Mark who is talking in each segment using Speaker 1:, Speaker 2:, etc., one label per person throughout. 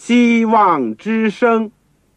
Speaker 1: 希望之声。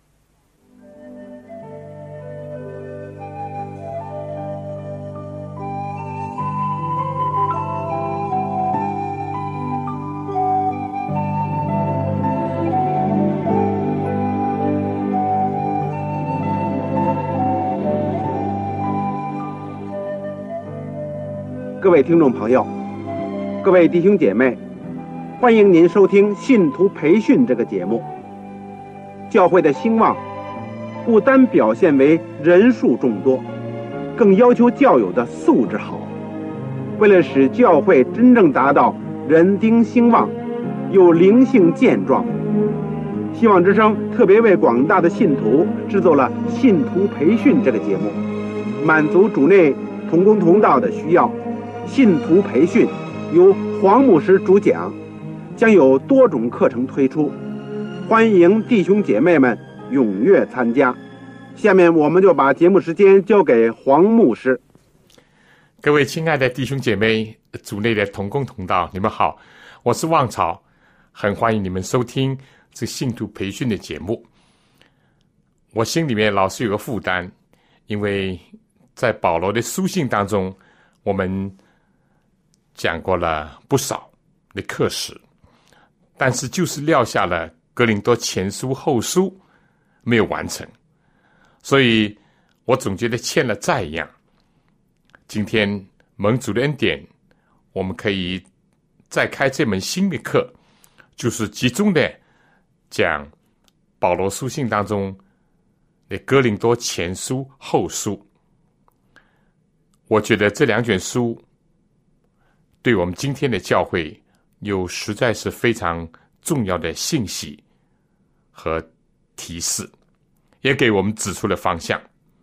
Speaker 1: 各位听众朋友，各位弟兄姐妹，欢迎您收听信徒培训这个节目。教会的兴旺不单表现为人数众多，更要求教友的素质好。为了使教会真正达到人丁兴旺，有灵性健壮，希望之声特别为广大的信徒制作了信徒培训这个节目，满足主内同工同道的需要。信徒培训由黄牧师主讲，将有多种课程推出，欢迎弟兄姐妹们踊跃参加。下面我们就把节目时间交给黄牧师。
Speaker 2: 各位亲爱的弟兄姐妹，主内的同工同道，你们好，我是旺草，很欢迎你们收听这信徒培训的节目。我心里面老是有个负担，因为在保罗的书信当中，我们讲过了不少的课时，但是就是撂下了哥林多前书后书没有完成，所以我总觉得欠了债一样。今天蒙主的恩典，我们可以再开这门新的课，就是集中的讲保罗书信当中的哥林多前书后书。我觉得这两卷书对我们今天的教会有实在是非常重要的信息和提示，也给我们指出了方向。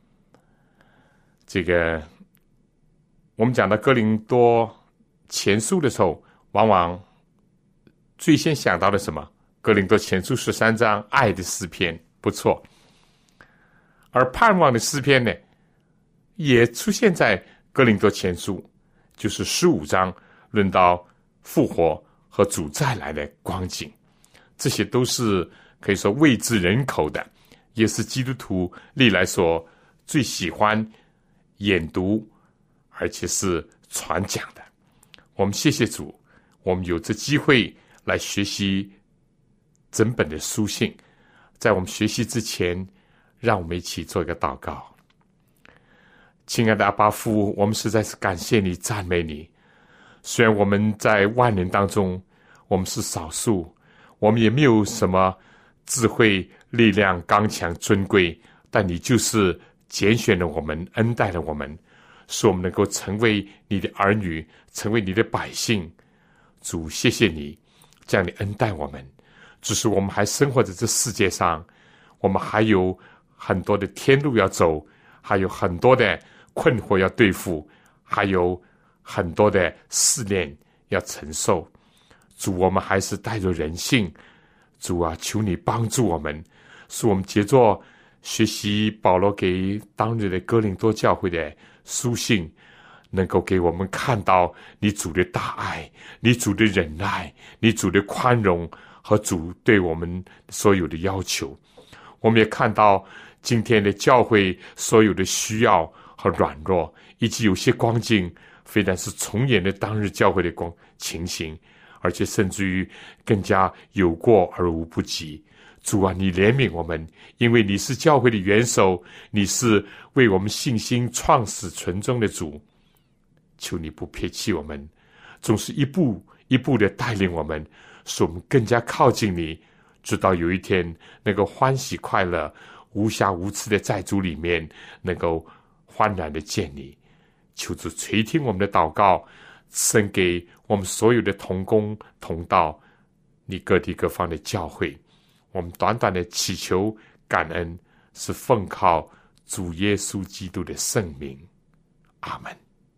Speaker 2: 这个我们讲到哥林多前书的时候，往往最先想到的什么？哥林多前书13章爱的诗篇，不错。而盼望的诗篇呢，也出现在哥林多前书，就是15章论到复活和主再来的光景。这些都是可以说脍炙人口的，也是基督徒历来所最喜欢研读而且是传讲的。我们谢谢主，我们有这机会来学习整本的书信。在我们学习之前，让我们一起做一个祷告。亲爱的阿爸父，我们实在是感谢你，赞美你。虽然我们在万人当中，我们是少数，我们也没有什么智慧、力量、刚强、尊贵，但你就是拣选了我们，恩待了我们，使我们能够成为你的儿女，成为你的百姓。主，谢谢你这样的恩待我们。只是我们还生活在这世界上，我们还有很多的天路要走，还有很多的困惑要对付，还有很多的试炼要承受。主，我们还是带着人性。主啊，求你帮助我们，使我们接着学习保罗给当日的哥林多教会的书信，能够给我们看到你主的大爱，你主的忍耐，你主的宽容和主对我们所有的要求。我们也看到今天的教会所有的需要和软弱，以及有些光景非但是重演了当日教会的情形，而且甚至于更加有过而无不及。主啊，你怜悯我们，因为你是教会的元首，你是为我们信心创始纯忠的主。求你不撇弃我们，总是一步一步的带领我们，使我们更加靠近你，直到有一天能够欢喜快乐、无瑕无疵的在主里面能够欢然的见你。求主垂听我们的祷告，赐给我们所有的同工同道，你各地各方的教会。我们短短的祈求感恩，是奉靠主耶稣基督的圣名。阿们。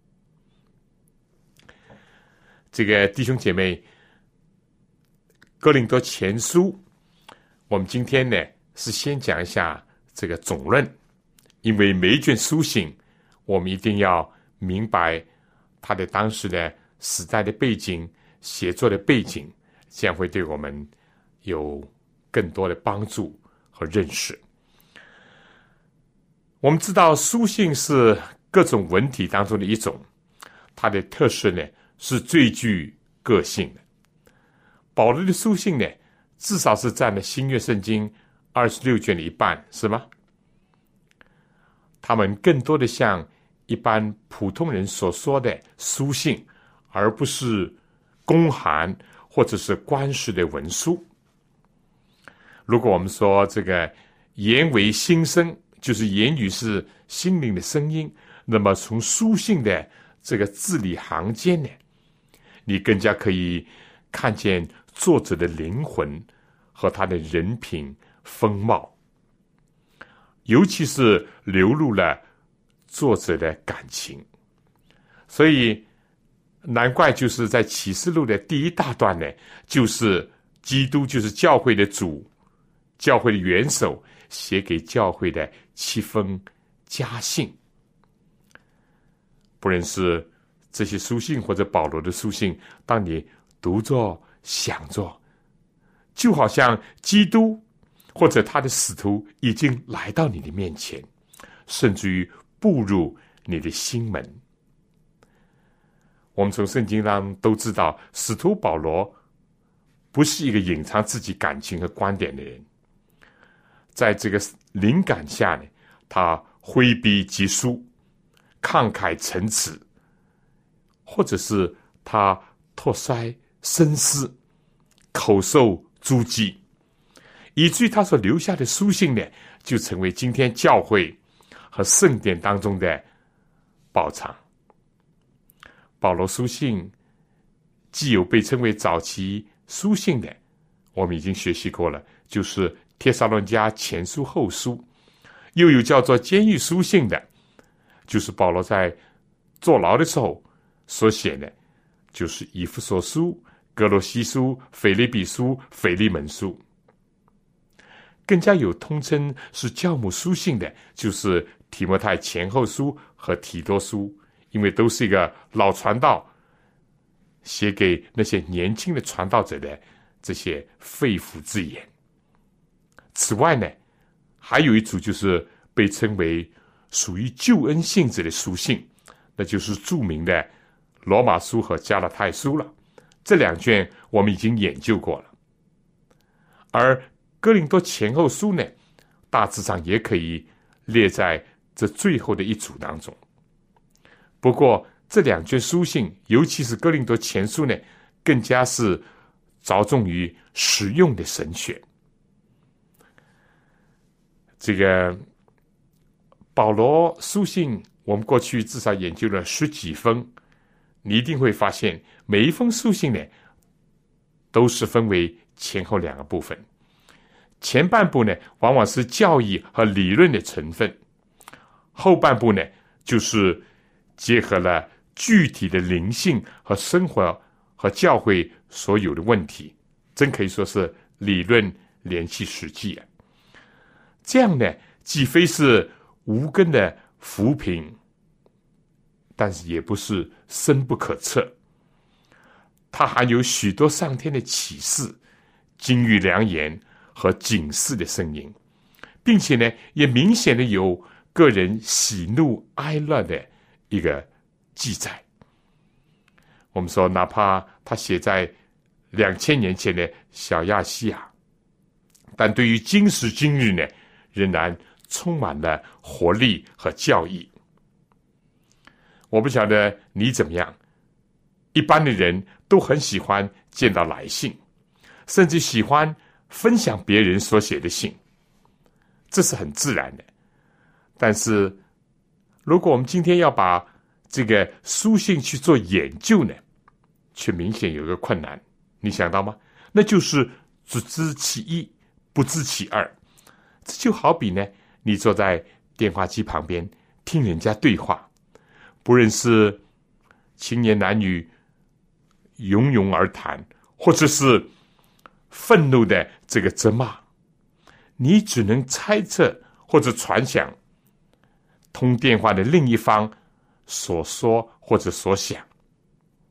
Speaker 2: 这个弟兄姐妹，哥林多前书，我们今天呢是先讲一下这个总论，因为每一卷书信我们一定要明白它的当时的时代的背景、写作的背景，这样会对我们有更多的帮助和认识。我们知道书信是各种文体当中的一种，它的特色呢是最具个性的。保罗的书信呢，至少是占了新约圣经26卷的一半，是吗？他们更多的像一般普通人所说的书信，而不是公函或者是官式的文书。如果我们说这个言为心声，就是言语是心灵的声音，那么从书信的这个字里行间呢，你更加可以看见作者的灵魂和他的人品风貌，尤其是流露了作者的感情。所以难怪就是在启示录的第一大段呢，就是基督就是教会的主，教会的元首写给教会的7封家信。不论是这些书信或者保罗的书信，当你读着想着，就好像基督或者他的使徒已经来到你的面前，甚至于步入你的心门。我们从圣经上都知道，使徒保罗不是一个隐藏自己感情和观点的人，在这个灵感下呢，他挥笔疾书，慷慨陈词，或者是他托腮深思，口授诸记，以至于他所留下的书信呢，就成为今天教会和圣典当中的宝藏。保罗书信既有被称为早期书信的，我们已经学习过了，就是帖撒罗尼迦前书后书，又有叫做监狱书信的，就是保罗在坐牢的时候所写的，就是以弗所书、哥罗西书、腓立比书、腓利门书。更加有通称是教母书信的，就是提摩太前后书和提多书，因为都是一个老传道写给那些年轻的传道者的这些肺腑之言。此外呢，还有一组就是被称为属于救恩性质的书信，那就是著名的罗马书和加拉太书了。这2卷我们已经研究过了。而哥林多前后书呢，大致上也可以列在这最后的一组当中。不过这2卷书信，尤其是哥林多前书呢，更加是着重于实用的神学。这个保罗书信，我们过去至少研究了10几封，你一定会发现每一封书信呢，都是分为前后2个部分。前半部呢，往往是教义和理论的成分，后半部呢，就是结合了具体的灵性和生活和教会所有的问题，真可以说是理论联系实际啊。这样呢，既非是无根的浮萍，但是也不是深不可测。它含有许多上天的启示、金玉良言和警示的声音，并且呢，也明显的有个人喜怒哀乐的一个记载。我们说，哪怕他写在2000年前的小亚细亚，但对于今时今日呢，仍然充满了活力和教义。我不晓得你怎么样，一般的人都很喜欢见到来信，甚至喜欢分享别人所写的信，这是很自然的。但是如果我们今天要把这个书信去做研究呢，却明显有一个困难，你想到吗？那就是只知其一，不知其二。这就好比呢，你坐在电话机旁边听人家对话，不论是青年男女涌涌而谈，或者是愤怒的这个责骂，你只能猜测或者传想通电话的另一方所说或者所想。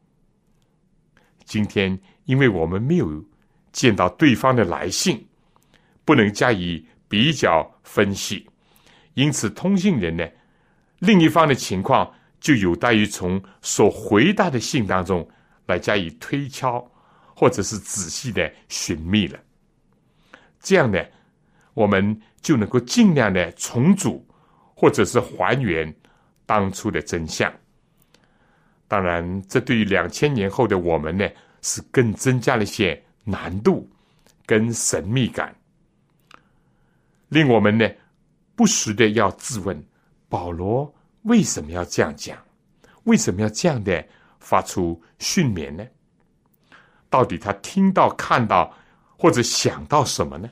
Speaker 2: 今天因为我们没有见到对方的来信， 不能加以比较分析。因此通信人呢，另一方的情况就有待于从所回答的信当中来加以推敲，或者是仔细的寻觅了。这样呢，我们就能够尽量的重组或者是还原当初的真相。当然，这对于2000年后的我们呢，是更增加了一些难度跟神秘感，令我们呢不时的要自问，保罗为什么要这样讲？为什么要这样的发出训勉呢？到底他听到、看到或者想到什么呢？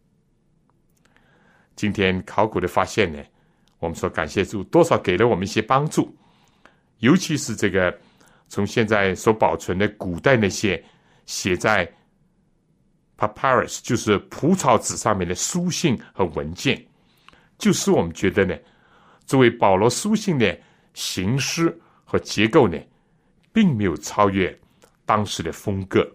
Speaker 2: 今天考古的发现呢，我们说感谢主，多少给了我们一些帮助，尤其是这个从现在所保存的古代那些写在 papyrus， 就是蒲草纸上面的书信和文件，就使我们觉得呢，作为保罗书信的形式和结构呢，并没有超越当时的风格。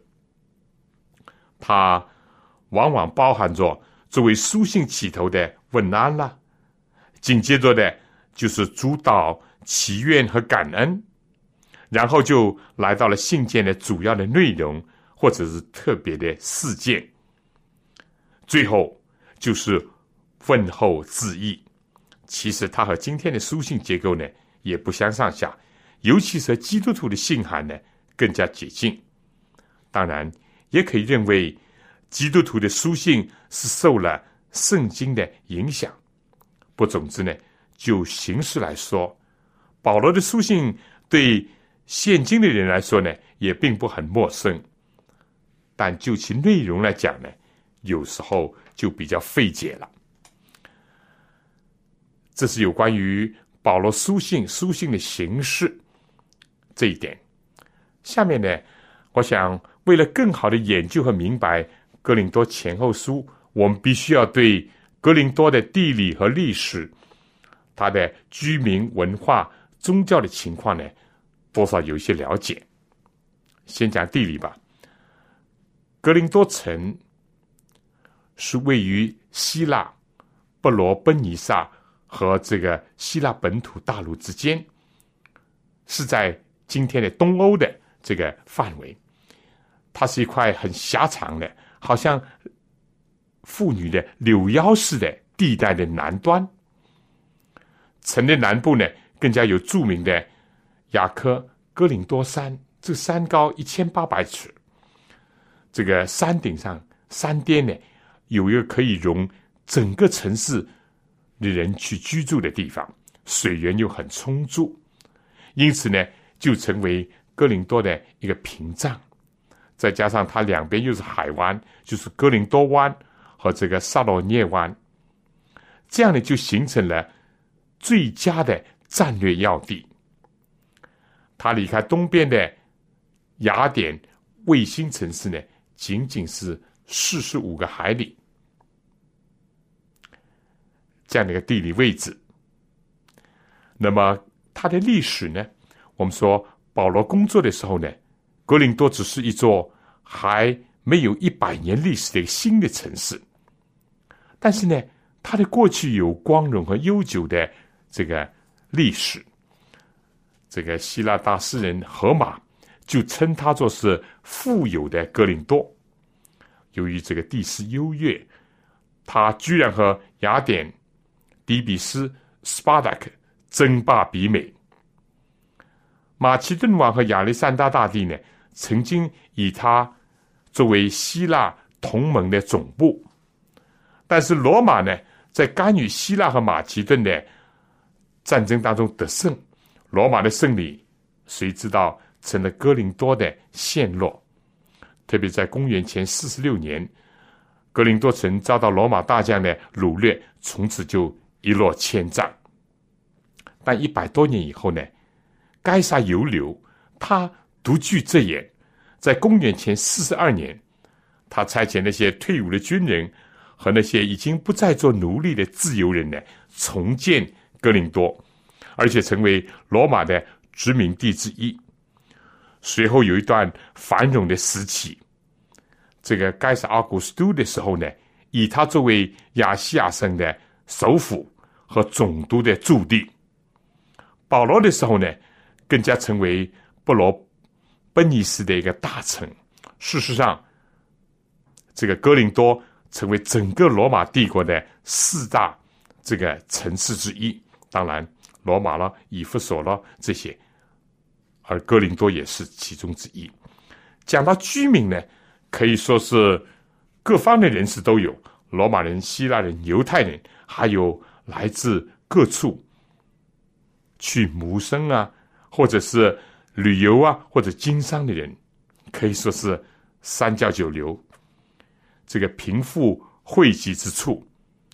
Speaker 2: 它往往包含着作为书信起头的问安啦，紧接着的就是主祷、祈愿和感恩，然后就来到了信件的主要的内容或者是特别的事件，最后就是问候致意。其实它和今天的书信结构呢也不相上下，尤其是和基督徒的信函呢更加接近。当然也可以认为基督徒的书信是受了圣经的影响。不，总之呢，就形式来说，保罗的书信对现今的人来说呢也并不很陌生，但就其内容来讲呢，有时候就比较费解了。这是有关于保罗书信的形式这一点。下面呢，我想为了更好的研究和明白哥林多前后书，我们必须要对哥林多的地理和历史，它的居民文化、宗教的情况呢，多少有一些了解。先讲地理吧。哥林多城是位于希腊、伯罗奔尼撒和这个希腊本土大陆之间，是在今天的东欧的这个范围。它是一块很狭长的，好像妇女的柳腰似的地带的南端。城的南部呢，更加有著名的雅科哥林多山，这山高1800尺。这个山顶上、山巅呢，有一个可以容整个城市的人去居住的地方，水源又很充足，因此呢，就成为哥林多的一个屏障。再加上它两边又是海湾，就是哥林多湾和这个萨罗涅湾，这样呢就形成了最佳的战略要地。它离开东边的雅典卫星城市呢，仅仅是45个海里，这样的一个地理位置。那么它的历史呢，我们说保罗工作的时候呢，哥林多只是一座还没有100年历史的一个新的城市，但是呢，它的过去有光荣和悠久的这个历史。这个希腊大诗人荷马就称它作是富有的哥林多。由于这个地势优越，它居然和雅典、底比斯、斯巴达克争霸比美。马其顿王和亚历山大大帝呢，曾经以它作为希腊同盟的总部，但是罗马呢，在干预希腊和马其顿的战争当中得胜，罗马的胜利谁知道成了哥林多的陷落。特别在公元前46年，哥林多城遭到罗马大将的掳掠，从此就一落千丈。但100多年以后呢，该撒犹留他独具这眼，在公元前42年，他差遣那些退伍的军人和那些已经不再做奴隶的自由人呢，重建哥林多，而且成为罗马的殖民地之一。随后有一段繁荣的时期，这个该撒奥古斯都的时候呢， 以它作为亚细亚省的首府和总督的驻地。保罗的时候呢，更加成为布罗奔尼撒的一个大城。事实上，这个哥林多成为整个罗马帝国的4大这个城市之一。当然，罗马了、以弗所了这些，而哥林多也是其中之一。讲到居民呢，可以说是各方的人士都有，罗马人、希腊人、犹太人，还有来自各处去谋生啊，或者是旅游啊，或者经商的人，可以说是三教九流，这个贫富汇集之处。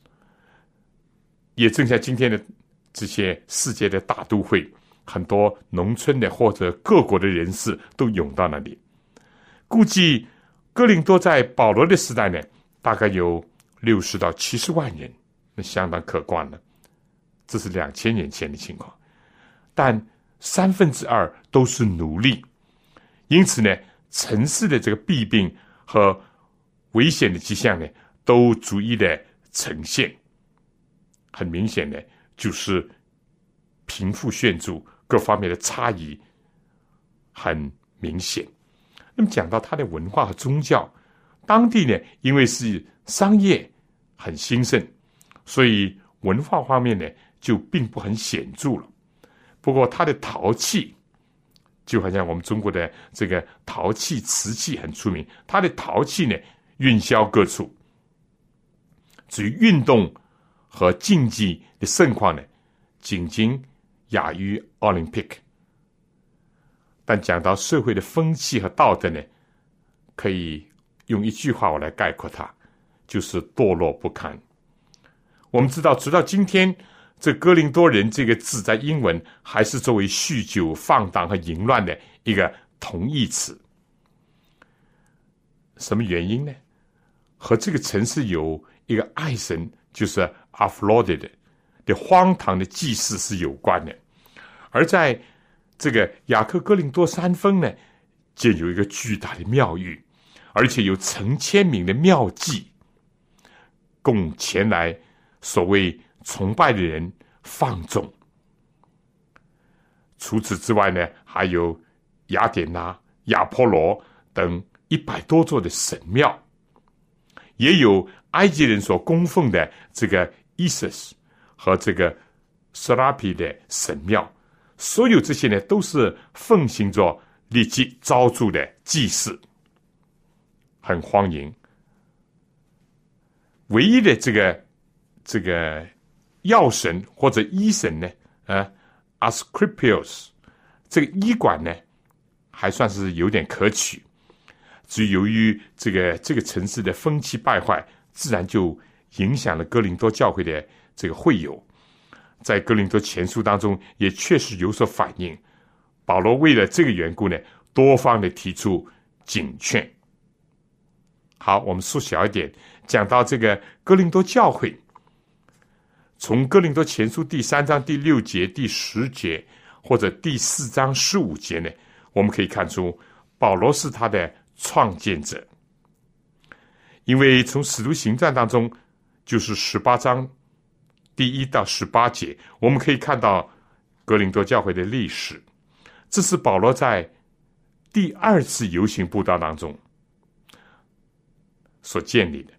Speaker 2: 也正像今天的这些世界的大都会，很多农村的或者各国的人士都涌到那里。估计哥林多在保罗的时代呢，大概有60到70万人，那相当可观了。这是2000年前的情况，但2/3都是奴隶，因此呢，城市的这个弊病和危险的迹象呢，都逐一的呈现。很明显的，就是贫富悬殊各方面的差异很明显。那么讲到它的文化和宗教，当地呢，因为是商业很兴盛，所以文化方面呢就并不很显著了。不过它的陶器，就好像我们中国的这个陶器、瓷器很出名，它的陶器呢运销各处。至于运动和竞技的盛况呢，仅仅亚于奥林匹克。但讲到社会的风气和道德呢，可以用一句话我来概括它，就是堕落不堪。我们知道，直到今天，这哥林多人这个字在英文还是作为酗酒、放荡和淫乱的一个同义词。什么原因呢？和这个城市有一个爱神，就是阿弗洛狄的荒唐的祭祀是有关的。而在这个雅克哥林多山峰呢，就有一个巨大的庙宇，而且有成千名的庙妓，供前来所谓崇拜的人放纵。除此之外呢，还有雅典娜、亚波罗等100多座的神庙，也有埃及人所供奉的这个 Isis 和这个 Serapi 的神庙。所有这些呢，都是奉行着立即招助的祭祀，很荒淫。唯一的这个药神或者医神呢，Asclepius 这个医馆呢，还算是有点可取。至于由于这个城市的风气败坏，自然就影响了哥林多教会的这个会友。在哥林多前书当中也确实有所反映，保罗为了这个缘故呢，多方的提出警劝。好，我们缩小一点，讲到这个哥林多教会，从哥林多前书第3章第6节、第10节，或者第4章15节呢，我们可以看出保罗是他的创建者。因为从使徒行传当中，就是18章第1到18节，我们可以看到哥林多教会的历史。这是保罗在第2次游行布道当中所建立的。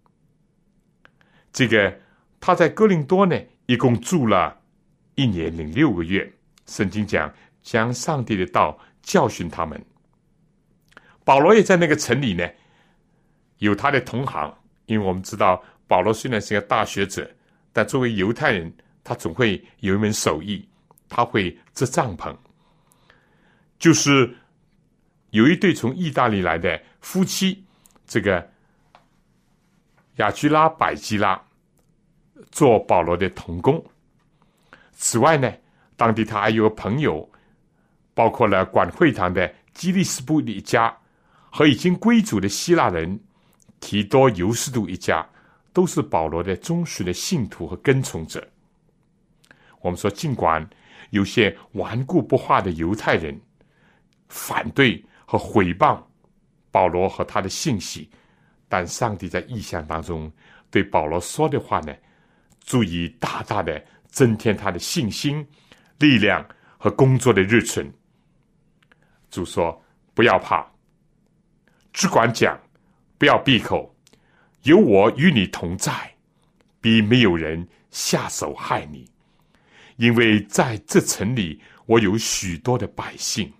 Speaker 2: 这个他在哥林多呢，一共住了1年零6个月。圣经讲，将上帝的道教训他们。保罗也在那个城里呢，有他的同行。因为我们知道，保罗虽然是个大学者，但作为犹太人，他总会有一门手艺，他会织帐篷。就是有一对从意大利来的夫妻，这个雅居拉、百基拉做保罗的同工。此外呢，当地他还有朋友，包括了管会堂的基利斯布一家和已经归主的希腊人提多尤斯都一家，都是保罗的忠实的信徒和跟从者。我们说，尽管有些顽固不化的犹太人反对和毁谤保罗和他的信息， 但上帝在异象当中对保罗说的话呢，足以大大的增添他的信心、力量和工作的日程。主说：不要怕，只管讲，不要闭口，有我与你同在，必没有人下手害你，因为在这城里我有许多的百姓。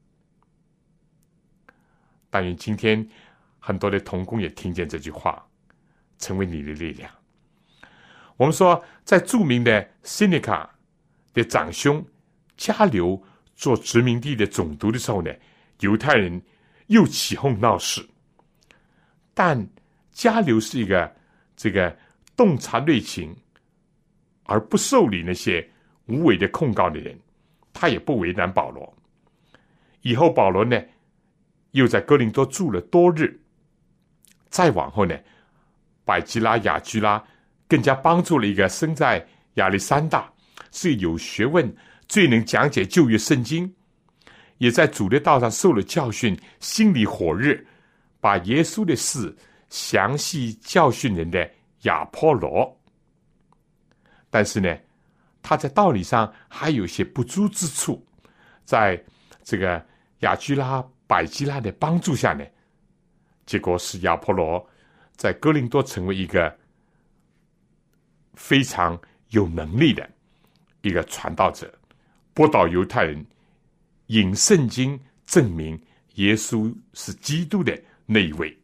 Speaker 2: 但愿今天很多的同工也听见这句话，成为你的力量。我们说，在著名的塞内卡的长兄加流做殖民地的总督的时候呢，犹太人又起哄闹事，但加流是一个洞察内情而不受理那些无谓的控告的人，他也不为难保罗。以后保罗呢又在哥林多住了多日，再往后呢，百基拉、雅居拉更加帮助了一个生在亚历山大、是有学问、最能讲解旧约圣经，也在主的道上受了教训，心里火热，把耶稣的事详细教训人的亚波罗。但是呢，他在道理上还有一些不足之处，在这个雅居拉、百基拉的帮助下呢，结果使亚波罗在哥林多成为一个非常有能力的一个传道者，播导犹太人引圣经证明耶稣是基督的那一位。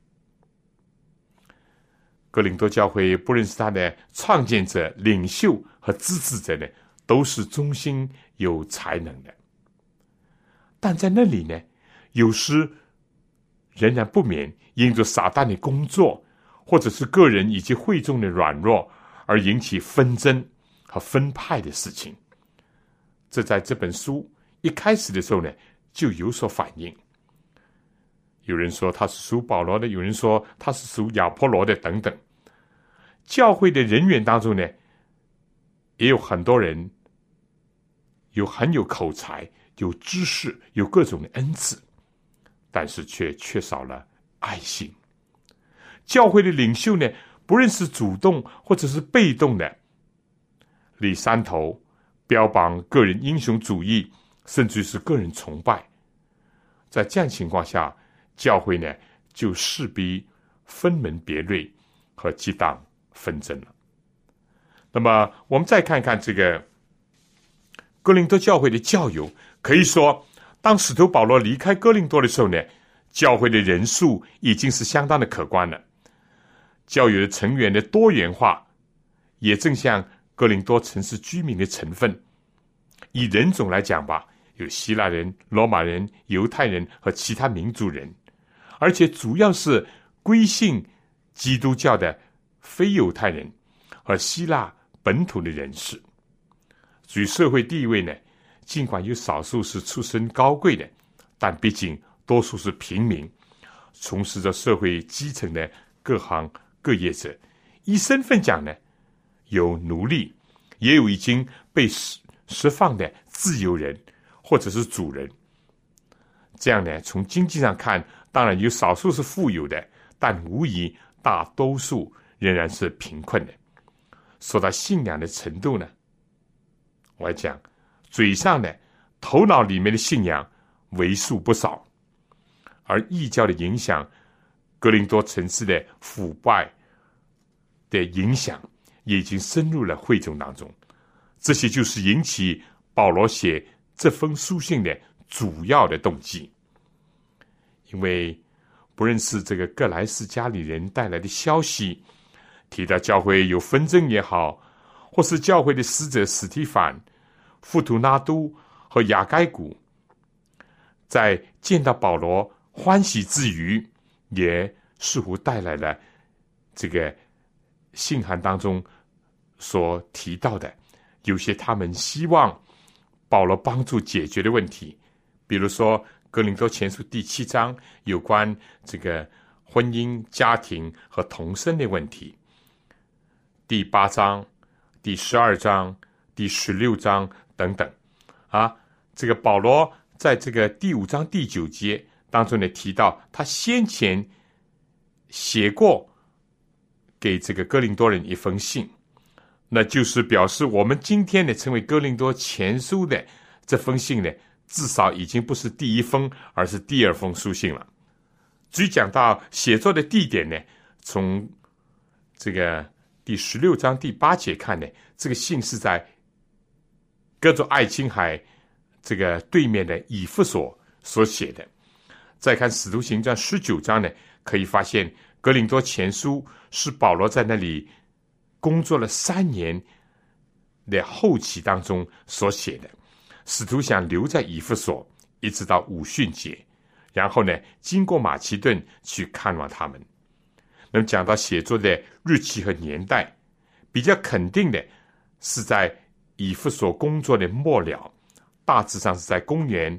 Speaker 2: 哥林多教会不论是他的创建者、领袖和支持者呢，都是忠心有才能的，但在那里呢，有时仍然不免因着撒旦的工作，或者是个人以及会众的软弱而引起纷争和分派的事情。这在这本书一开始的时候呢，就有所反映。有人说他是属保罗的，有人说他是属亚波罗的等等。教会的人员当中呢，也有很多人很有口才、有知识、有各种的恩赐，但是却缺少了爱心。教会的领袖呢，不论是主动或者是被动的立山头，标榜个人英雄主义，甚至是个人崇拜。在这样情况下，教会呢就势必分门别类和激荡纷争了。那么我们再看看这个哥林多教会的教友，可以说当使徒保罗离开哥林多的时候呢，教会的人数已经是相当的可观了。教友的成员的多元化也正像哥林多城市居民的成分。以人种来讲吧，有希腊人、罗马人、犹太人和其他民族人，而且主要是归信基督教的非犹太人和希腊本土的人士。至于社会地位呢，尽管有少数是出身高贵的，但毕竟多数是平民，从事着社会基层的各行各业者。依身份讲呢，有奴隶，也有已经被释放的自由人或者是主人。这样呢，从经济上看，当然有少数是富有的，但无疑大多数仍然是贫困的。说到信仰的程度呢，我要讲嘴上的、头脑里面的信仰为数不少，而异教的影响，哥林多城市的腐败的影响也已经深入了会众当中。这些就是引起保罗写这封书信的主要的动机。因为不论是这个各莱斯家里人带来的消息，提到教会有纷争也好，或是教会的使者史提反、富图纳都和雅该古在见到保罗欢喜之余，也似乎带来了这个信函当中所提到的有些他们希望保罗帮助解决的问题。比如说哥林多前书第7章有关这个婚姻、家庭和同生的问题，第8章、第12章、第16章等等这个保罗在这个第5章第9节当中呢，提到他先前写过给这个哥林多人一封信，那就是表示我们今天呢称为哥林多前书的这封信呢，至少已经不是第一封，而是第二封书信了。至于讲到写作的地点呢，从这个第16章第8节看呢，这个信是在哥佐爱琴海这个对面的以弗所所写的。再看使徒行传19章呢，可以发现哥林多前书是保罗在那里工作了3年的后期当中所写的。使徒想留在以弗所一直到五旬节，然后呢经过马其顿去看望他们。那么讲到写作的日期和年代，比较肯定的是在以弗所工作的末了，大致上是在公元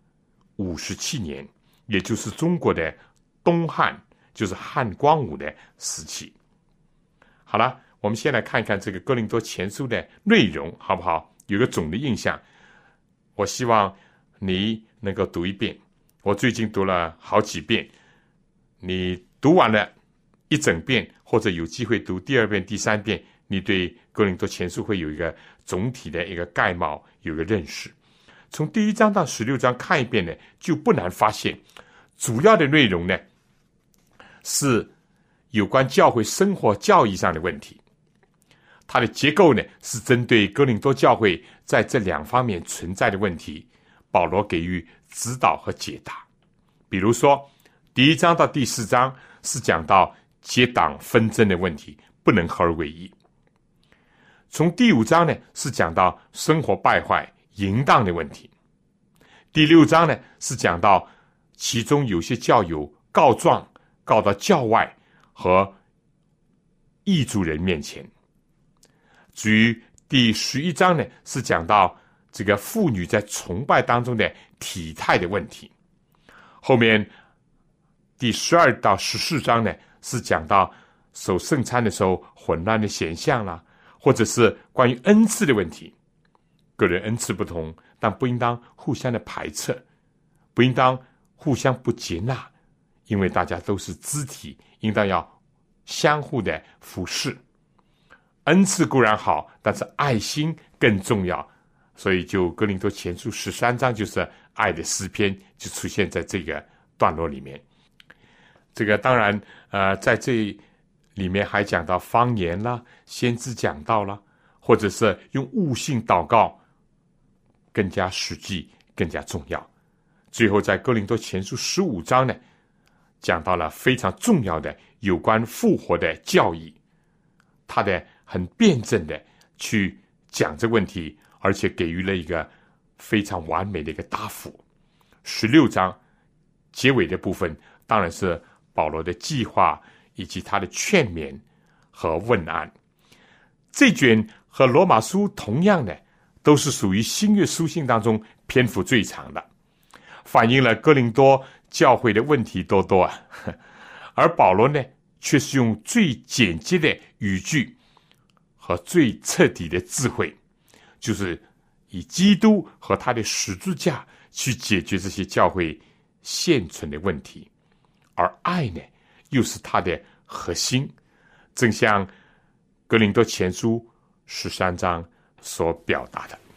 Speaker 2: 57年，也就是中国的东汉，就是汉光武的时期。好了，我们先来看一看这个哥林多前书的内容，好不好？有个总的印象。我希望你能够读一遍，我最近读了好几遍，你读完了一整遍，或者有机会读第2遍、第3遍，你对哥林多前书会有一个总体的一个概貌，有一个认识。从第1章到16章看一遍呢，就不难发现主要的内容呢是有关教会生活教义上的问题。它的结构呢是针对哥林多教会在这2方面存在的问题，保罗给予指导和解答。比如说第1章到第4章是讲到结党纷争的问题，不能合而为一。从第5章呢是讲到生活败坏淫荡的问题。第6章呢是讲到其中有些教友告状告到教外和异族人面前。至于第11章呢是讲到这个妇女在崇拜当中的体态的问题。后面第12到14章呢是讲到守圣餐的时候混乱的现象啦，或者是关于恩赐的问题。个人恩赐不同，但不应当互相的排斥，不应当互相不接纳，因为大家都是肢体，应当要相互的服侍。恩赐固然好，但是爱心更重要，所以就哥林多前书13章就是爱的诗篇，就出现在这个段落里面。这个当然在这里面还讲到方言啦、先知讲道啦，或者是用悟性祷告，更加实际，更加重要。最后在哥林多前书15章呢，讲到了非常重要的有关复活的教义，他的很辩证的去讲这个问题，而且给予了一个非常完美的一个答复。16章结尾的部分当然是保罗的计划以及他的劝勉和问安。这卷和罗马书同样的都是属于新约书信当中篇幅最长的，反映了哥林多教会的问题多多啊。而保罗呢却是用最简洁的语句和最彻底的智慧，就是以基督和他的十字架去解决这些教会现存的问题，而爱呢又是他的核心，正像哥林多前书13章所表达的。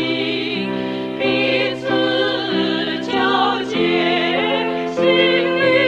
Speaker 3: 心里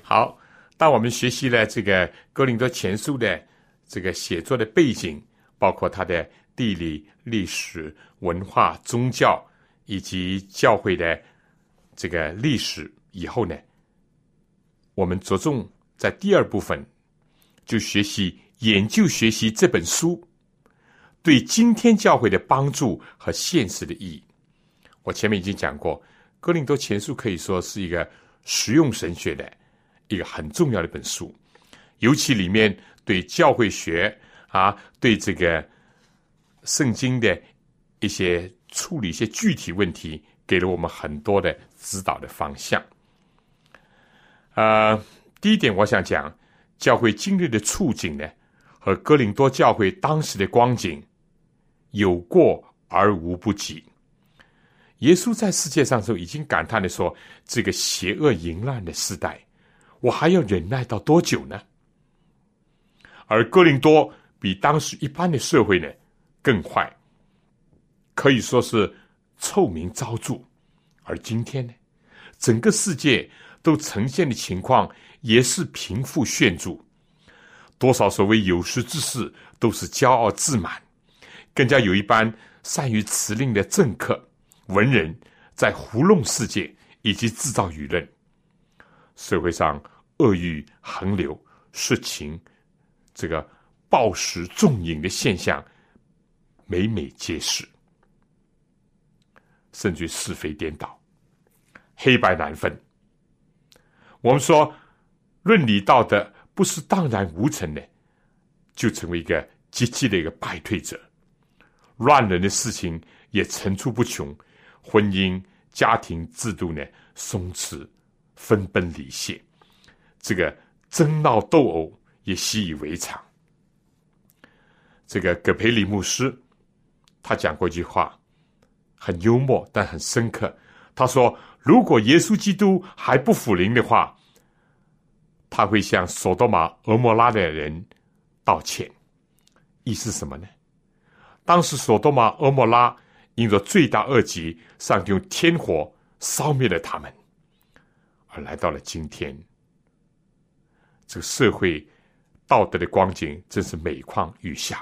Speaker 2: 好，当我们学习了这个哥林多前书的这个写作的背景，包括它的地理、历史、文化、宗教以及教会的这个历史以后呢，我们着重在第二部分就研究学习这本书对今天教会的帮助和现实的意义。我前面已经讲过，哥林多前书可以说是一个实用神学的一个很重要的一本书，尤其里面对教会学对这个圣经的一些处理一些具体问题，给了我们很多的指导的方向。第一点我想讲，教会今日的处境呢，和哥林多教会当时的光景有过而无不及。耶稣在世界上的时候已经感叹地说，这个邪恶淫乱的时代，我还要忍耐到多久呢？而哥林多比当时一般的社会呢更坏，可以说是臭名昭著。而今天呢，整个世界都呈现的情况也是贫富悬殊，多少所谓有识之士都是骄傲自满，更加有一般善于辞令的政客文人在糊弄世界以及制造舆论。社会上恶欲横流，事情这个暴食纵饮的现象每每皆是，甚至是非颠倒，黑白难分。我们说伦理道德不是荡然无存的，就成为一个积极的一个败退者。乱伦的事情也层出不穷，婚姻家庭制度呢松弛，分崩离析，这个争闹斗殴也习以为常。这个葛培理牧师他讲过一句话，很幽默但很深刻。他说，如果耶稣基督还不复临的话，他会向索多玛俄摩拉的人道歉。意思是什么呢？当时索多玛俄摩拉因着罪大恶极，上帝用天火烧灭了他们，而来到了今天，这个社会道德的光景真是每况愈下。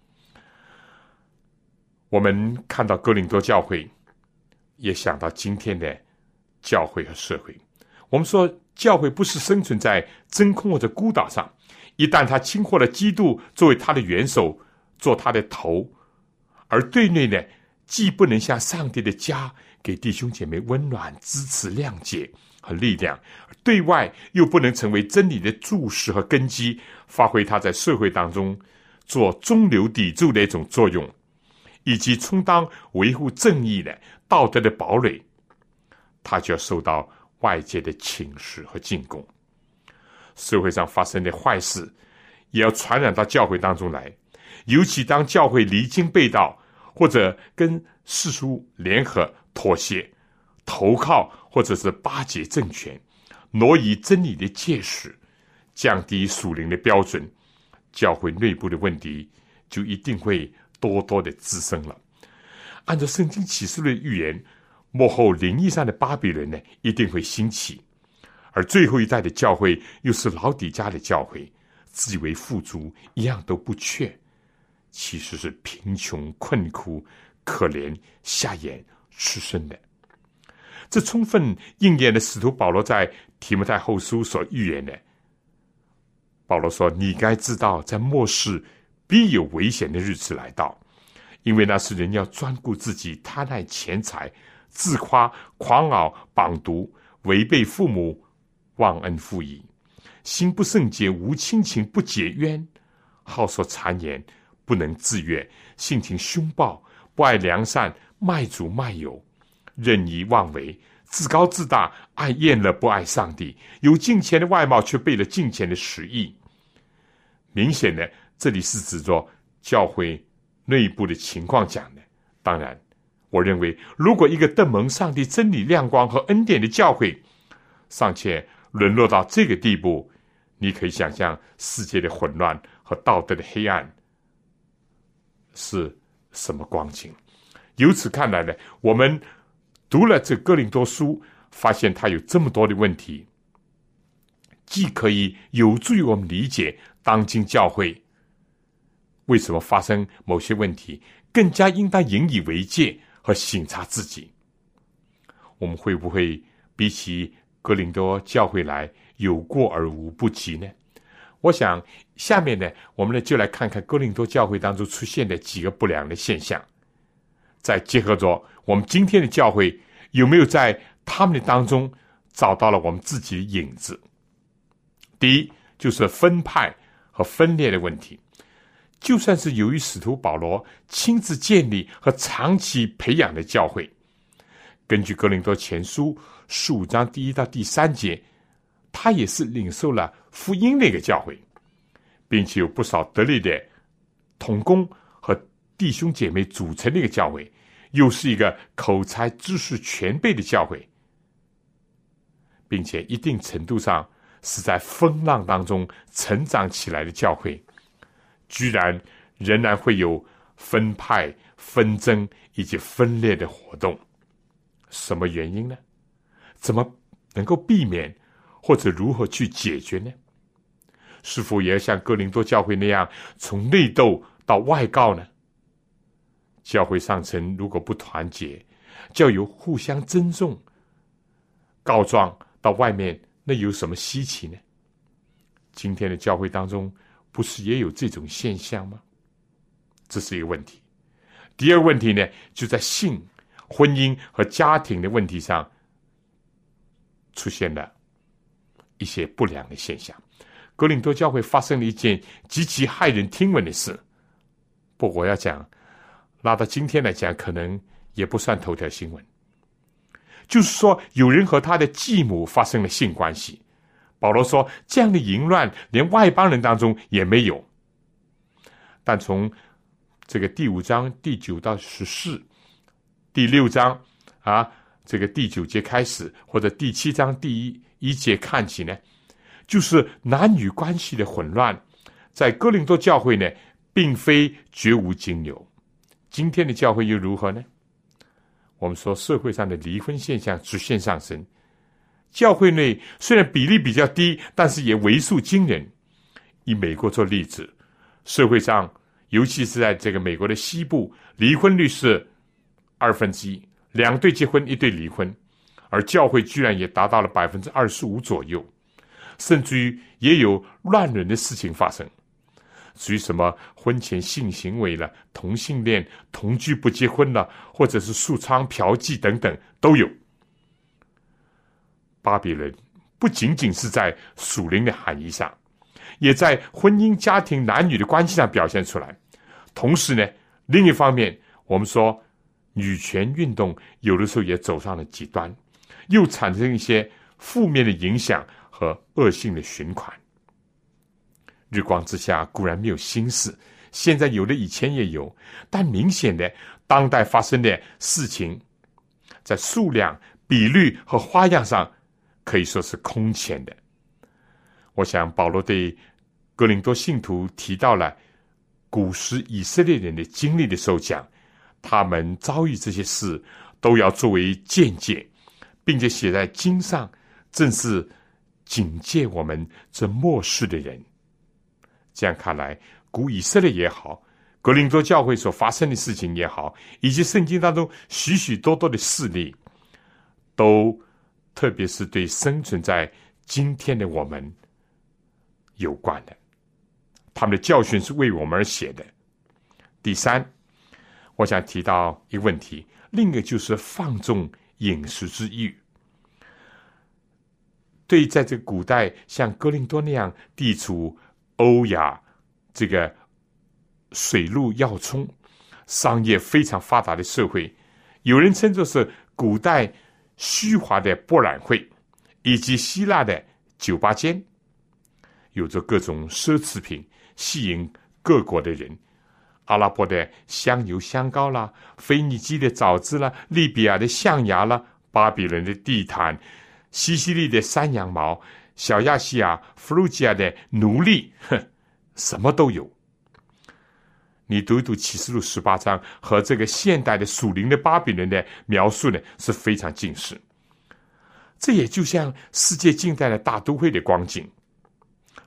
Speaker 2: 我们看到哥林多教会，也想到今天的教会和社会。我们说教会不是生存在真空或者孤岛上，一旦他亲获了基督作为他的元首，做他的头，而对内呢，既不能像上帝的家给弟兄姐妹温暖、支持、谅解和力量，对外又不能成为真理的柱石和根基，发挥他在社会当中做中流砥柱的一种作用，以及充当维护正义的道德的堡垒，他就要受到外界的侵蚀和进攻。社会上发生的坏事也要传染到教会当中来，尤其当教会离经背道，或者跟世俗联合妥协，投靠或者是巴结政权，挪移真理的界势，降低属灵的标准，教会内部的问题就一定会多多的滋生了。按照圣经启示录的预言，末后灵意上的巴比伦呢一定会兴起，而最后一代的教会又是老底嘉的教会，自以为富足，一样都不缺，其实是贫穷困苦可怜瞎眼吃生的。这充分应验了使徒保罗在提摩太后书所预言的。保罗说，你该知道在末世必有危险的日子来到，因为那时人要专顾自己，贪爱钱财，自夸，狂傲，绑毒，违背父母，忘恩负义，心不圣洁，无亲情，不解冤，好说谗言，不能自悦，性情凶暴，不爱良善，卖主卖友，任意妄为，自高自大，爱厌乐，不爱上帝，有敬虔的外貌，却背了敬虔的实意。明显的，这里是指着教会内部的情况讲的。当然，我认为如果一个得蒙上帝真理亮光和恩典的教会尚且沦落到这个地步，你可以想象世界的混乱和道德的黑暗是什么光景。由此看来呢，我们读了这哥林多书，发现它有这么多的问题， 既可以有助于我们理解当今教会为什么发生某些问题，更加应当引以为戒和省察自己。我们会不会比起哥林多教会来有过而无不及呢？我想下面呢，我们就来看看哥林多教会当中出现的几个不良的现象，再结合着我们今天的教会有没有在他们的当中找到了我们自己的影子。第一，就是分派和分裂的问题。就算是由于使徒保罗亲自建立和长期培养的教会，根据哥林多前书15章第1到第3节，他也是领受了福音的一个教会，并且有不少得力的同工和弟兄姐妹组成的一个教会，又是一个口才知识全备的教会，并且一定程度上是在风浪当中成长起来的教会，居然仍然会有分派、纷争以及分裂的活动。什么原因呢？怎么能够避免，或者如何去解决呢？是否也要像哥林多教会那样从内斗到外告呢？教会上层如果不团结，就要有互相尊重，告状到外面，那有什么稀奇呢？今天的教会当中不是也有这种现象吗？这是一个问题。第二个问题呢，就在性、婚姻和家庭的问题上出现了一些不良的现象。哥林多教会发生了一件极其骇人听闻的事，不过我要讲，拉到今天来讲，可能也不算头条新闻。就是说，有人和他的继母发生了性关系。保罗说，这样的淫乱连外邦人当中也没有。但从这个第5章第9到14，第6章这个第9节开始，或者第7章第1节看起呢，就是男女关系的混乱，在哥林多教会呢，并非绝无仅有。今天的教会又如何呢？我们说社会上的离婚现象直线上升，教会内虽然比例比较低，但是也为数惊人。以美国做例子，社会上尤其是在这个美国的西部，离婚率是1/2，2对结婚，1对离婚，而教会居然也达到了25%左右，甚至于也有乱伦的事情发生。至于什么婚前性行为了、同性恋、同居不结婚了，或者是宿娼、嫖妓等等都有。巴比伦不仅仅是在属灵的含义上，也在婚姻、家庭、男女的关系上表现出来。同时呢，另一方面，我们说女权运动有的时候也走上了极端，又产生一些负面的影响和恶性的循环。日光之下固然没有新事，现在有的以前也有，但明显的当代发生的事情，在数量、比率和花样上可以说是空前的。我想保罗对哥林多信徒提到了古时以色列人的经历的时候讲，他们遭遇这些事都要作为见解，并且写在经上，正是警戒我们这末世的人。这样看来，古以色列也好，哥林多教会所发生的事情也好，以及圣经当中许许多多的事例，都特别是对生存在今天的我们有关的。他们的教训是为我们而写的。第三，我想提到一个问题，另一个就是放纵饮食之欲。对在这个古代像哥林多那样地处欧亚这个水陆要冲、商业非常发达的社会，有人称作是古代虚华的博览会，以及希腊的酒吧间，有着各种奢侈品吸引各国的人。阿拉伯的香油香膏啦，腓尼基的枣子啦，利比亚的象牙啦，巴比伦的地毯，西西里的山羊毛，小亚细亚、弗鲁吉亚的奴隶，什么都有。你读一读启示录18章和这个现代的属灵的巴比伦的描述呢，是非常近似。这也就像世界近代的大都会的光景。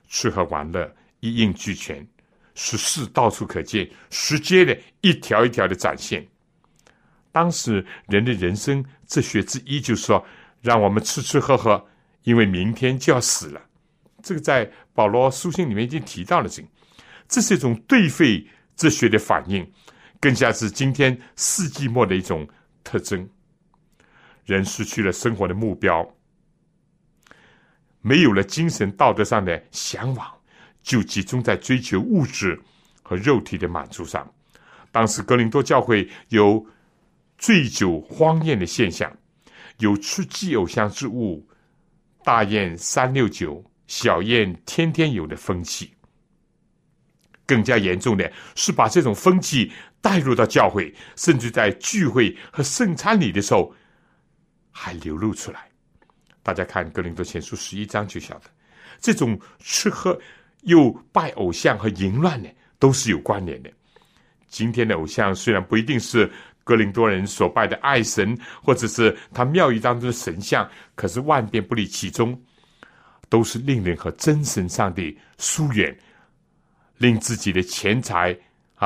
Speaker 2: 吃喝玩乐一应俱全，十事到处可见，直接的一条一条的展现。当时人的人生哲学之一就是说，让我们吃吃喝喝，因为明天就要死了。这个在保罗书信里面已经提到了，这是一种对废哲学的反应，更加是今天世纪末的一种特征。人失去了生活的目标，没有了精神道德上的向往，就集中在追求物质和肉体的满足上。当时哥林多教会有醉酒荒宴的现象，有吃祭偶像之物，大宴369，小宴天天有的风气。更加严重的是把这种风气带入到教会，甚至在聚会和圣餐礼的时候还流露出来。大家看哥林多前书11章就晓得，这种吃喝又拜偶像和淫乱呢，都是有关联的。今天的偶像虽然不一定是哥林多人所拜的爱神，或者是他庙宇当中的神像，可是万变不离其中，都是令人和真神上帝疏远，令自己的钱财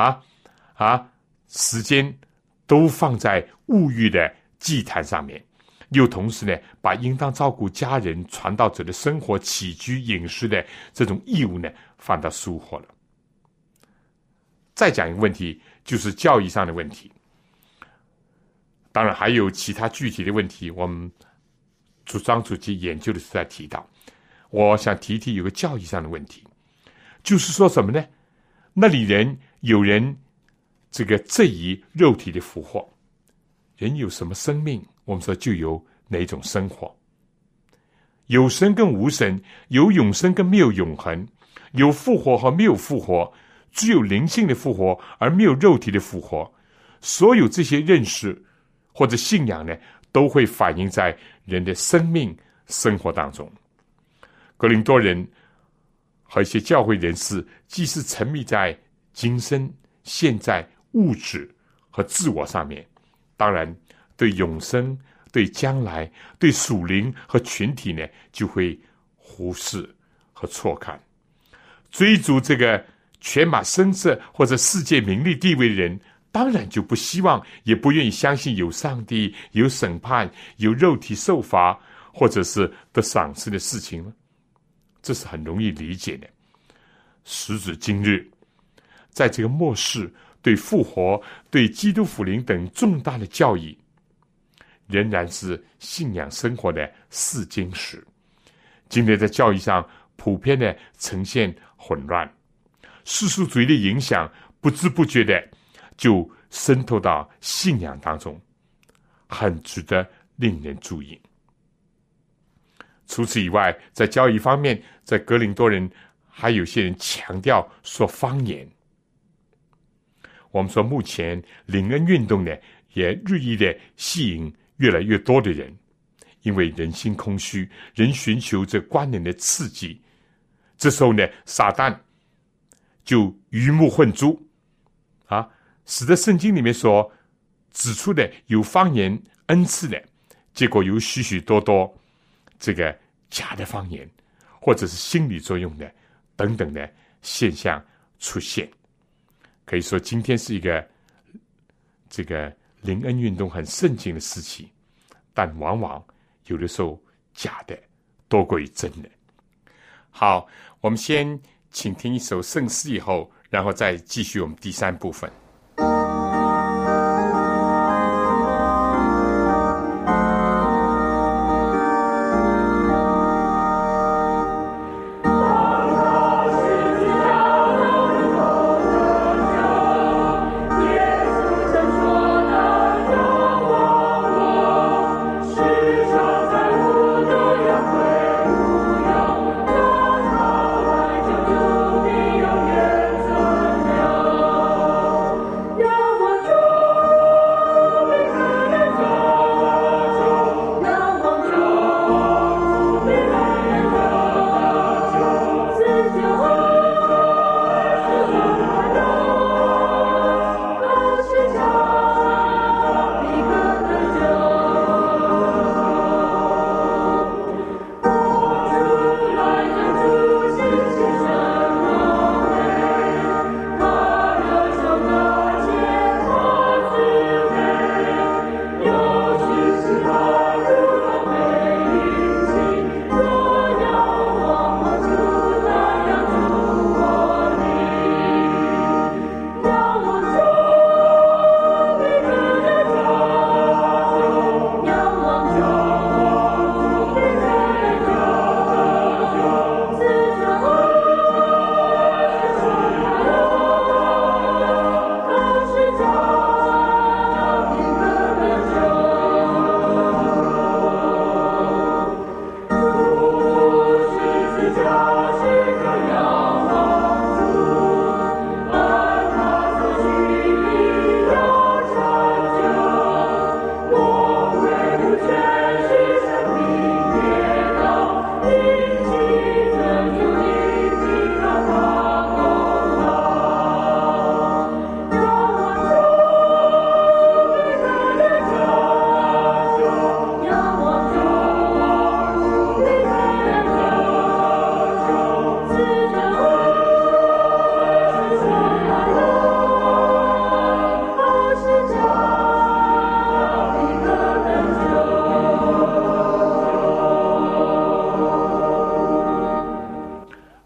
Speaker 2: 时间都放在物欲的祭坛上面，又同时呢，把应当照顾家人、传道者的生活起居饮食的这种义务呢，放到疏忽了。再讲一个问题，就是教义上的问题。当然还有其他具体的问题，我们主张主席研究的时候在提到。我想提有个教义上的问题，就是说什么呢？那里有人这个质疑肉体的复活。人有什么生命，我们说就有哪种生活。有神跟无神，有永生跟没有永恒，有复活和没有复活，只有灵性的复活，而没有肉体的复活。所有这些认识或者信仰呢，都会反映在人的生命生活当中。哥林多人和一些教会人士，既是沉迷在今生、现在、物质和自我上面，当然对永生、对将来、对属灵和群体呢，就会忽视和错看。追逐这个权马声色或者世界名利地位的人，当然就不希望也不愿意相信有上帝、有审判、有肉体受罚或者是得赏赐的事情了。这是很容易理解的。时至今日，在这个末世，对复活、对基督福临等重大的教义，仍然是信仰生活的试金石。今天在教义上普遍的呈现混乱，世俗主义的影响不知不觉的就渗透到信仰当中，很值得令人注意。除此以外，在教义方面，在哥林多人还有些人强调说方言。我们说目前灵恩运动呢，也日益的吸引越来越多的人，因为人心空虚，人寻求这观念的刺激。这时候呢，撒旦就鱼目混珠使得圣经里面所指出的有方言恩赐的，结果有许许多多这个假的方言，或者是心理作用的等等的现象出现。可以说今天是一个这个灵恩运动很盛行的时期，但往往有的时候假的多过于真的。好，我们先请听一首圣诗，以后然后再继续我们第三部分。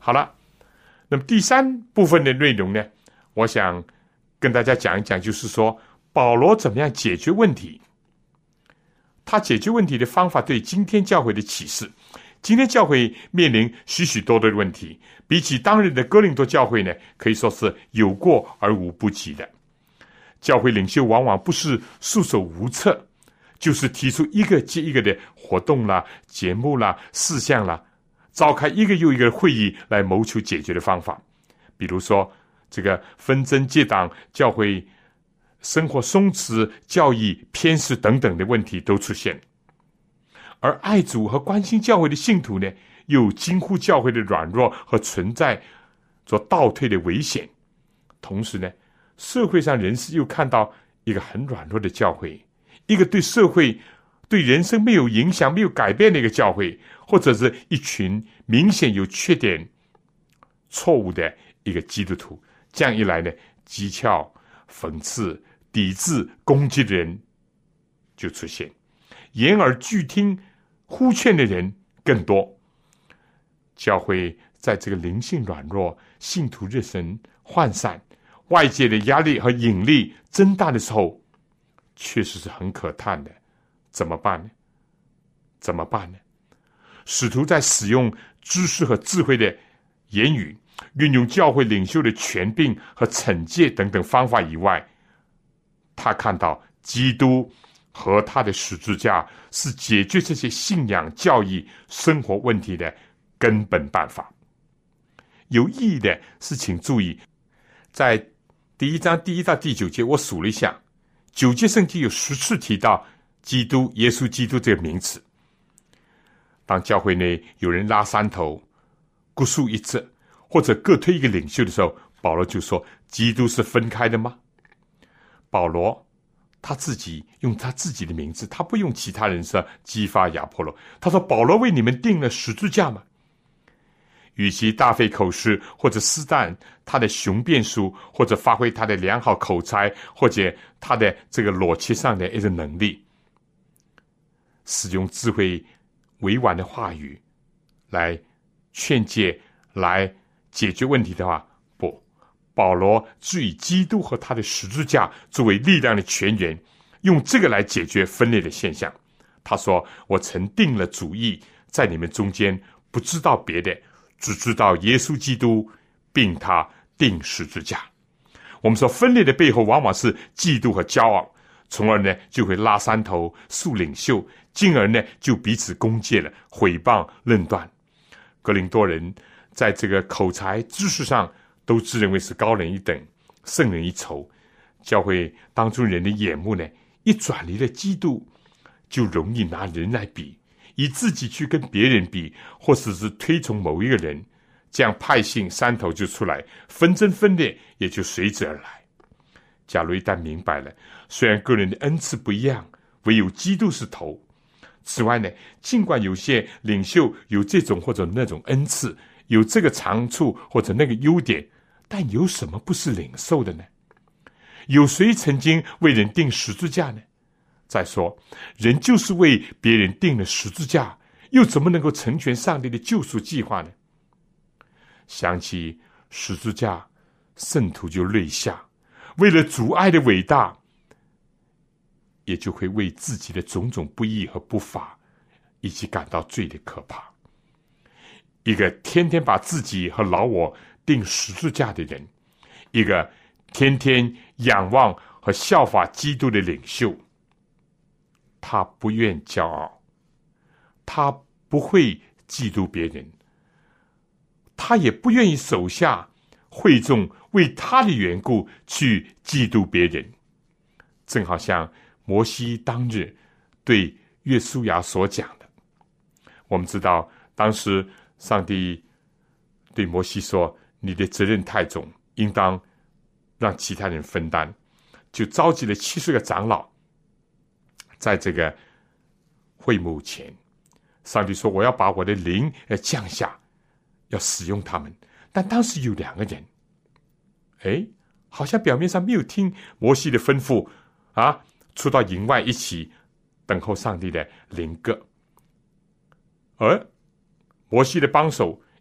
Speaker 2: 好了，那么第三部分的内容呢，我想跟大家讲一讲，就是说保罗怎么样解决问题。他解决问题的方法对今天教会的启示。今天教会面临许许多多的问题，比起当日的哥林多教会呢，可以说是有过而无不及的。教会领袖往往不是束手无策，就是提出一个接一个的活动啦、节目啦、事项啦，召开一个又一个会议来谋求解决的方法。比如说这个纷争结党、教会生活松弛、教义偏失等等的问题都出现。而爱主和关心教会的信徒呢，又惊呼教会的软弱和存在做倒退的危险。同时呢，社会上人士又看到一个很软弱的教会，一个对社会、对人生没有影响、没有改变的一个教会，或者是一群明显有缺点、错误的一个基督徒。这样一来呢，讥诮、讽刺、抵制、攻击的人就出现，言而拒听、呼劝的人更多。教会在这个灵性软弱、信徒热忱涣散、外界的压力和引力增大的时候，确实是很可叹的。怎么办呢？怎么办呢？使徒在使用知识和智慧的言语，运用教会领袖的权柄和惩戒等等方法以外，他看到基督和他的十字架是解决这些信仰、教义、生活问题的根本办法。有意义的是，请注意，在第1章第1到第9节，我数了一下，9节圣经有10次提到基督、耶稣基督这个名词。当教会内有人拉山头、各树一帜，或者各推一个领袖的时候，保罗就说：基督是分开的吗？保罗他自己用他自己的名字，他不用其他人说基法、亚波罗。他说：保罗为你们定了十字架吗？与其大费口舌，或者施展他的雄辩术，或者发挥他的良好口才，或者他的这个逻辑上的一个能力，使用智慧委婉的话语来劝诫、来解决问题的话，不，保罗只以基督和他的十字架作为力量的泉源，用这个来解决分裂的现象。他说：我曾定了主意，在你们中间不知道别的，只知道耶稣基督并他定十字架。我们说分裂的背后往往是嫉妒和骄傲，从而呢就会拉山头、树领袖，进而呢就彼此攻讦了、毁谤、论断。哥林多人在这个口才、知识上都自认为是高人一等、胜人一筹。教会当中人的眼目呢，一转离了基督，就容易拿人来比，以自己去跟别人比，或者是推崇某一个人，这样派性山头就出来，纷争分裂也就随之而来。假如一旦明白了，虽然个人的恩赐不一样，唯有基督是头。此外呢，尽管有些领袖有这种或者那种恩赐，有这个长处或者那个优点，但有什么不是领受的呢？有谁曾经为人钉十字架呢？再说，人就是为别人钉了十字架，又怎么能够成全上帝的救赎计划呢？想起十字架，圣徒就泪下，为了主爱的伟大，也就会为自己的种种不义和不法，以及感到罪的可怕。一个天天把自己和老我钉十字架的人，一个天天仰望和效法基督的领袖，他不愿骄傲，他不会嫉妒别人，他也不愿意手下会众为他的缘故去嫉妒别人。正好像摩西当日对约书亚所讲的，我们知道当时上帝对摩西说：你的责任太重，应当让其他人分担。就召集了70个长老，在这个会幕前，上帝说：我要把我的灵降下，要使用他们。但当时有2个人，好像表面上没有听摩西的吩咐啊，出到营外一起等候上帝的临格。而摩西的帮手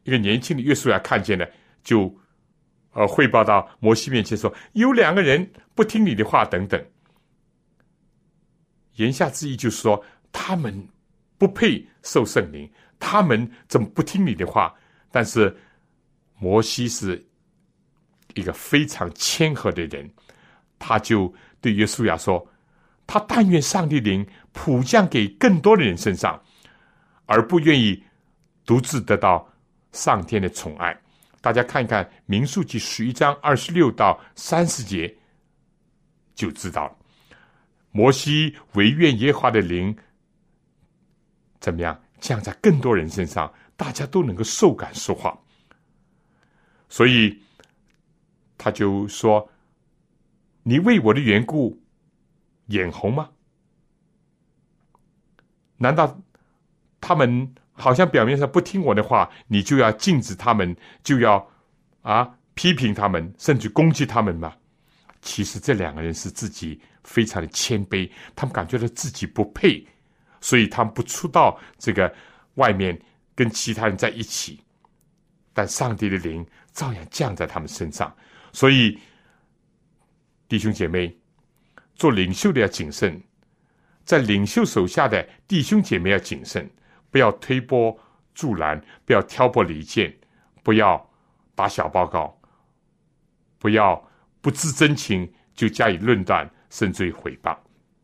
Speaker 2: 一个年轻的约书亚看见了，就汇报到摩西面前说，有2个人不听你的话等等。言下之意就是说，他们不配受圣灵，他们怎么不听你的话？但是摩西是一个非常谦和的人，他就对约书亚说，他但愿上帝灵普降给更多的人身上，而不愿意独自得到上天的宠爱。大家看一看民数记11章26到30节就知道了。摩西惟愿耶和华的灵怎么样降在更多人身上，大家都能够受感受化。所以他就说，你为我的缘故眼红吗？难道他们好像表面上不听我的话，你就要禁止他们，就要批评他们，甚至攻击他们吗？其实这2个人是自己非常的谦卑，他们感觉到自己不配，所以他们不出到这个外面跟其他人在一起，但上帝的灵照样降在他们身上。所以弟兄姐妹，做领袖的要谨慎，在领袖手下的弟兄姐妹要谨慎，不要推波助澜，不要挑拨离间，不要打小报告，不要不知真情就加以论断，甚至于毁谤。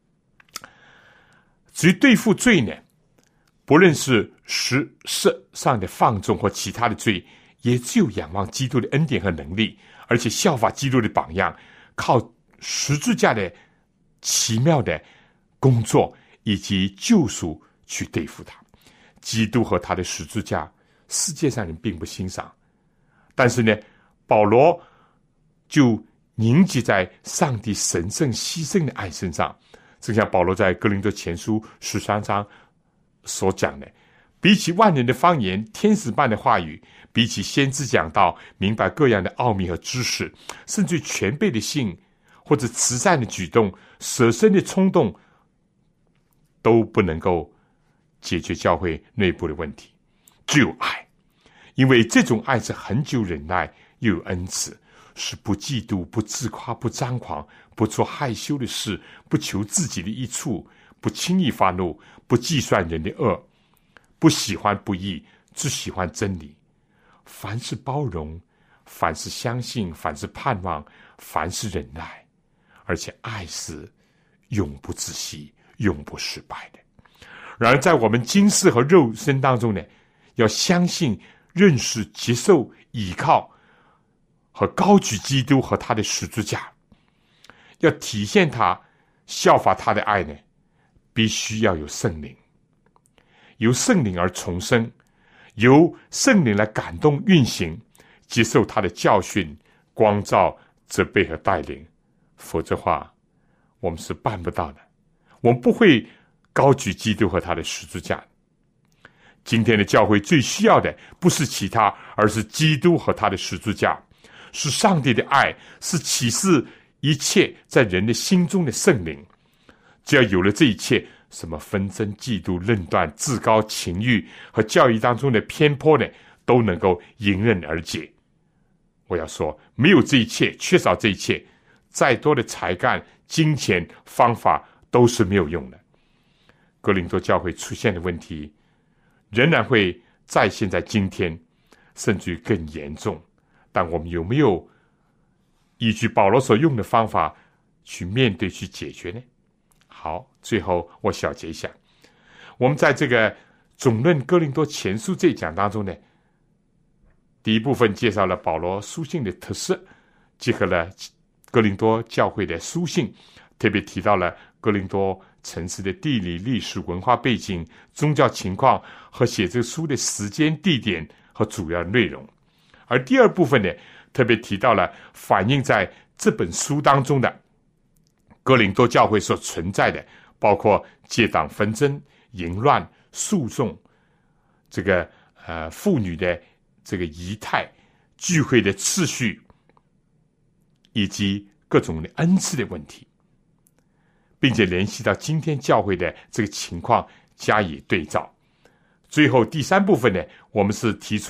Speaker 2: 至于对付罪呢，不论是实质上的放纵或其他的罪，也只有仰望基督的恩典和能力，而且效法基督的榜样，靠十字架的奇妙的工作以及救赎去对付他。基督和他的十字架，世界上人并不欣赏，但是呢，保罗就凝集在上帝神圣牺牲的爱身上。正像保罗在哥林多前书13章所讲的，比起万人的方言，天使般的话语，比起先知讲道，明白各样的奥秘和知识，甚至全备的信或者慈善的举动，舍身的冲动，都不能够解决教会内部的问题。只有爱，因为这种爱是恒久忍耐，又有恩慈，是不嫉妒，不自夸，不张狂，不做害羞的事，不求自己的益处，不轻易发怒，不计算人的恶，不喜欢不义，只喜欢真理。凡是包容，凡是相信，凡是盼望，凡是忍耐，而且爱是永不止息，永不失败的。然而在我们今世和肉身当中呢，要相信、认识、接受、倚靠和高举基督和他的十字架，要体现他、效法他的爱呢，必须要有圣灵，由圣灵而重生，由圣灵来感动运行，接受他的教训、光照、责备和带领，否则话我们是办不到的。我们不会高举基督和他的十字架。今天的教会最需要的不是其他，而是基督和他的十字架，是上帝的爱，是启示一切在人的心中的圣灵。只要有了这一切，什么纷争、嫉妒、论断、自高、情欲和教义当中的偏颇呢，都能够迎刃而解。我要说，没有这一切，缺少这一切，再多的才干、金钱、方法都是没有用的。哥林多教会出现的问题仍然会再现在今天，甚至于更严重。但我们有没有依据保罗所用的方法去面对、去解决呢？好，最后我小结一下，我们在这个总论哥林多前书这一讲当中呢，第一部分介绍了保罗书信的特色，结合了哥林多教会的书信，特别提到了哥林多城市的地理、历史、文化背景、宗教情况和写这个书的时间、地点和主要内容。而第二部分呢，特别提到了反映在这本书当中的哥林多教会所存在的，包括结党纷争、淫乱、诉讼，这个妇女的这个仪态、聚会的次序，以及各种的恩赐的问题，并且联系到今天教会的这个情况加以对照。最后第三部分呢，我们是提出了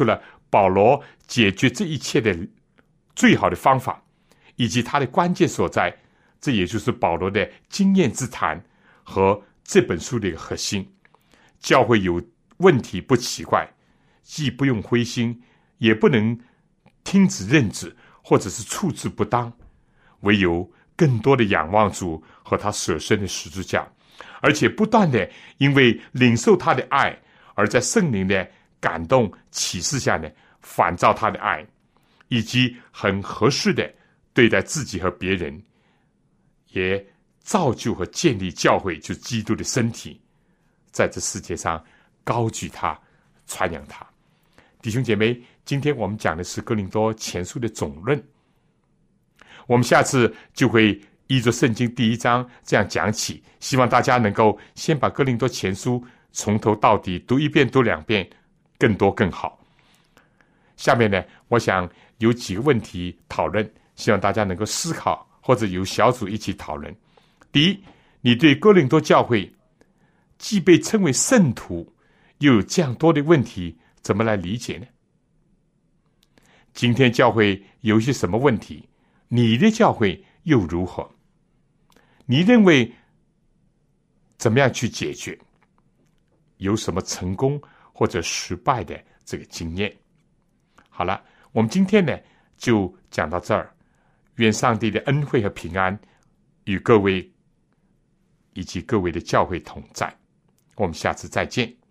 Speaker 2: 保罗解决这一切的最好的方法，以及他的关键所在，这也就是保罗的经验之谈和这本书的一个核心。教会有问题不奇怪，既不用灰心，也不能听之任之，或者是处置不当，唯有更多的仰望主和他舍身的十字架，而且不断的因为领受他的爱，而在圣灵的感动启示下呢，反照他的爱，以及很合适的对待自己和别人，也造就和建立教会，就是基督的身体，在这世界上高举他，传扬他。弟兄姐妹，今天我们讲的是哥林多前书的总论，我们下次就会依着圣经第1章这样讲起，希望大家能够先把哥林多前书从头到底读1遍读2遍，更多更好。下面呢，我想有几个问题讨论，希望大家能够思考，或者由小组一起讨论。第一，你对哥林多教会既被称为圣徒，又有这样多的问题，怎么来理解呢？今天教会有一些什么问题？你的教会又如何？你认为怎么样去解决？有什么成功或者失败的这个经验？好了，我们今天呢就讲到这儿。愿上帝的恩惠和平安与各位以及各位的教会同在。我们下次再见。